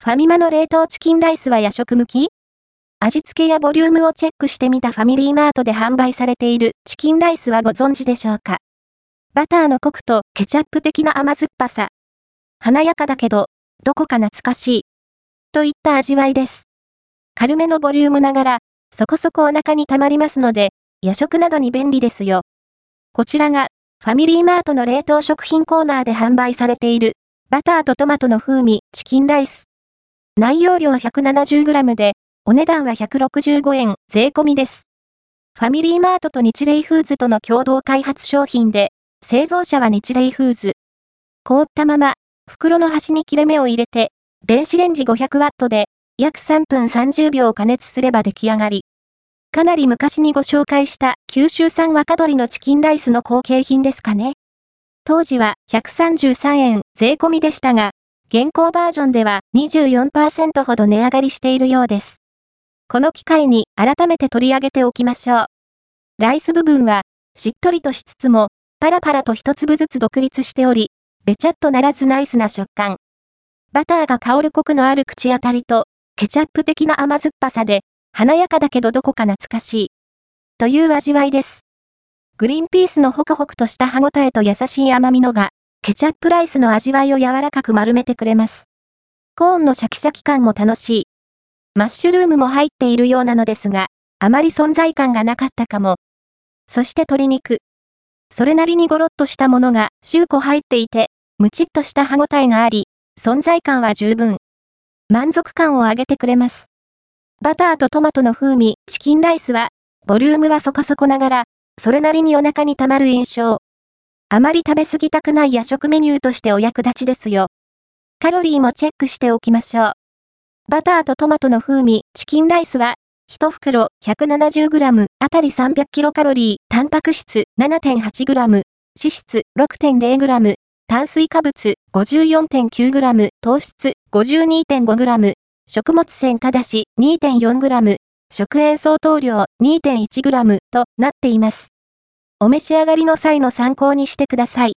ファミマの冷凍チキンライスは夜食向き？味付けやボリュームをチェックしてみたファミリーマートで販売されているチキンライスはご存知でしょうか？バターのコクとケチャップ的な甘酸っぱさ。華やかだけど、どこか懐かしい。といった味わいです。軽めのボリュームながら、そこそこお腹にたまりますので、夜食などに便利ですよ。こちらが、ファミリーマートの冷凍食品コーナーで販売されている、バターとトマトの風味チキンライス。内容量 170g で、お値段は165円税込みです。ファミリーマートとニチレイフーズとの共同開発商品で、製造者はニチレイフーズ。凍ったまま、袋の端に切れ目を入れて、電子レンジ 500W で、約3分30秒加熱すれば出来上がり。かなり昔にご紹介した九州産若鶏のチキンライスの後継品ですかね。当時は133円税込みでしたが、現行バージョンでは 24% ほど値上がりしているようです。この機会に改めて取り上げておきましょう。ライス部分は、しっとりとしつつも、パラパラと一粒ずつ独立しており、べちゃっとならずナイスな食感。バターが香るコクのある口当たりと、ケチャップ的な甘酸っぱさで、華やかだけどどこか懐かしい。という味わいです。グリーンピースのホクホクとした歯ごたえと優しい甘みのが、ケチャップライスの味わいを柔らかく丸めてくれます。コーンのシャキシャキ感も楽しい。マッシュルームも入っているようなのですが、あまり存在感がなかったかも。そして鶏肉。それなりにゴロッとしたものが数個入っていて、ムチっとした歯ごたえがあり、存在感は十分。満足感を上げてくれます。バターとトマトの風味、チキンライスは、ボリュームはそこそこながら、それなりにお腹にたまる印象。あまり食べ過ぎたくない夜食メニューとしてお役立ちですよ。カロリーもチェックしておきましょう。バターとトマトの風味、チキンライスは、1袋 170g あたり 300kcal、タンパク質 7.8g、脂質 6.0g、炭水化物 54.9g、糖質 52.5g、食物繊ただし 2.4g、食塩相当量 2.1g となっています。お召し上がりの際の参考にしてください。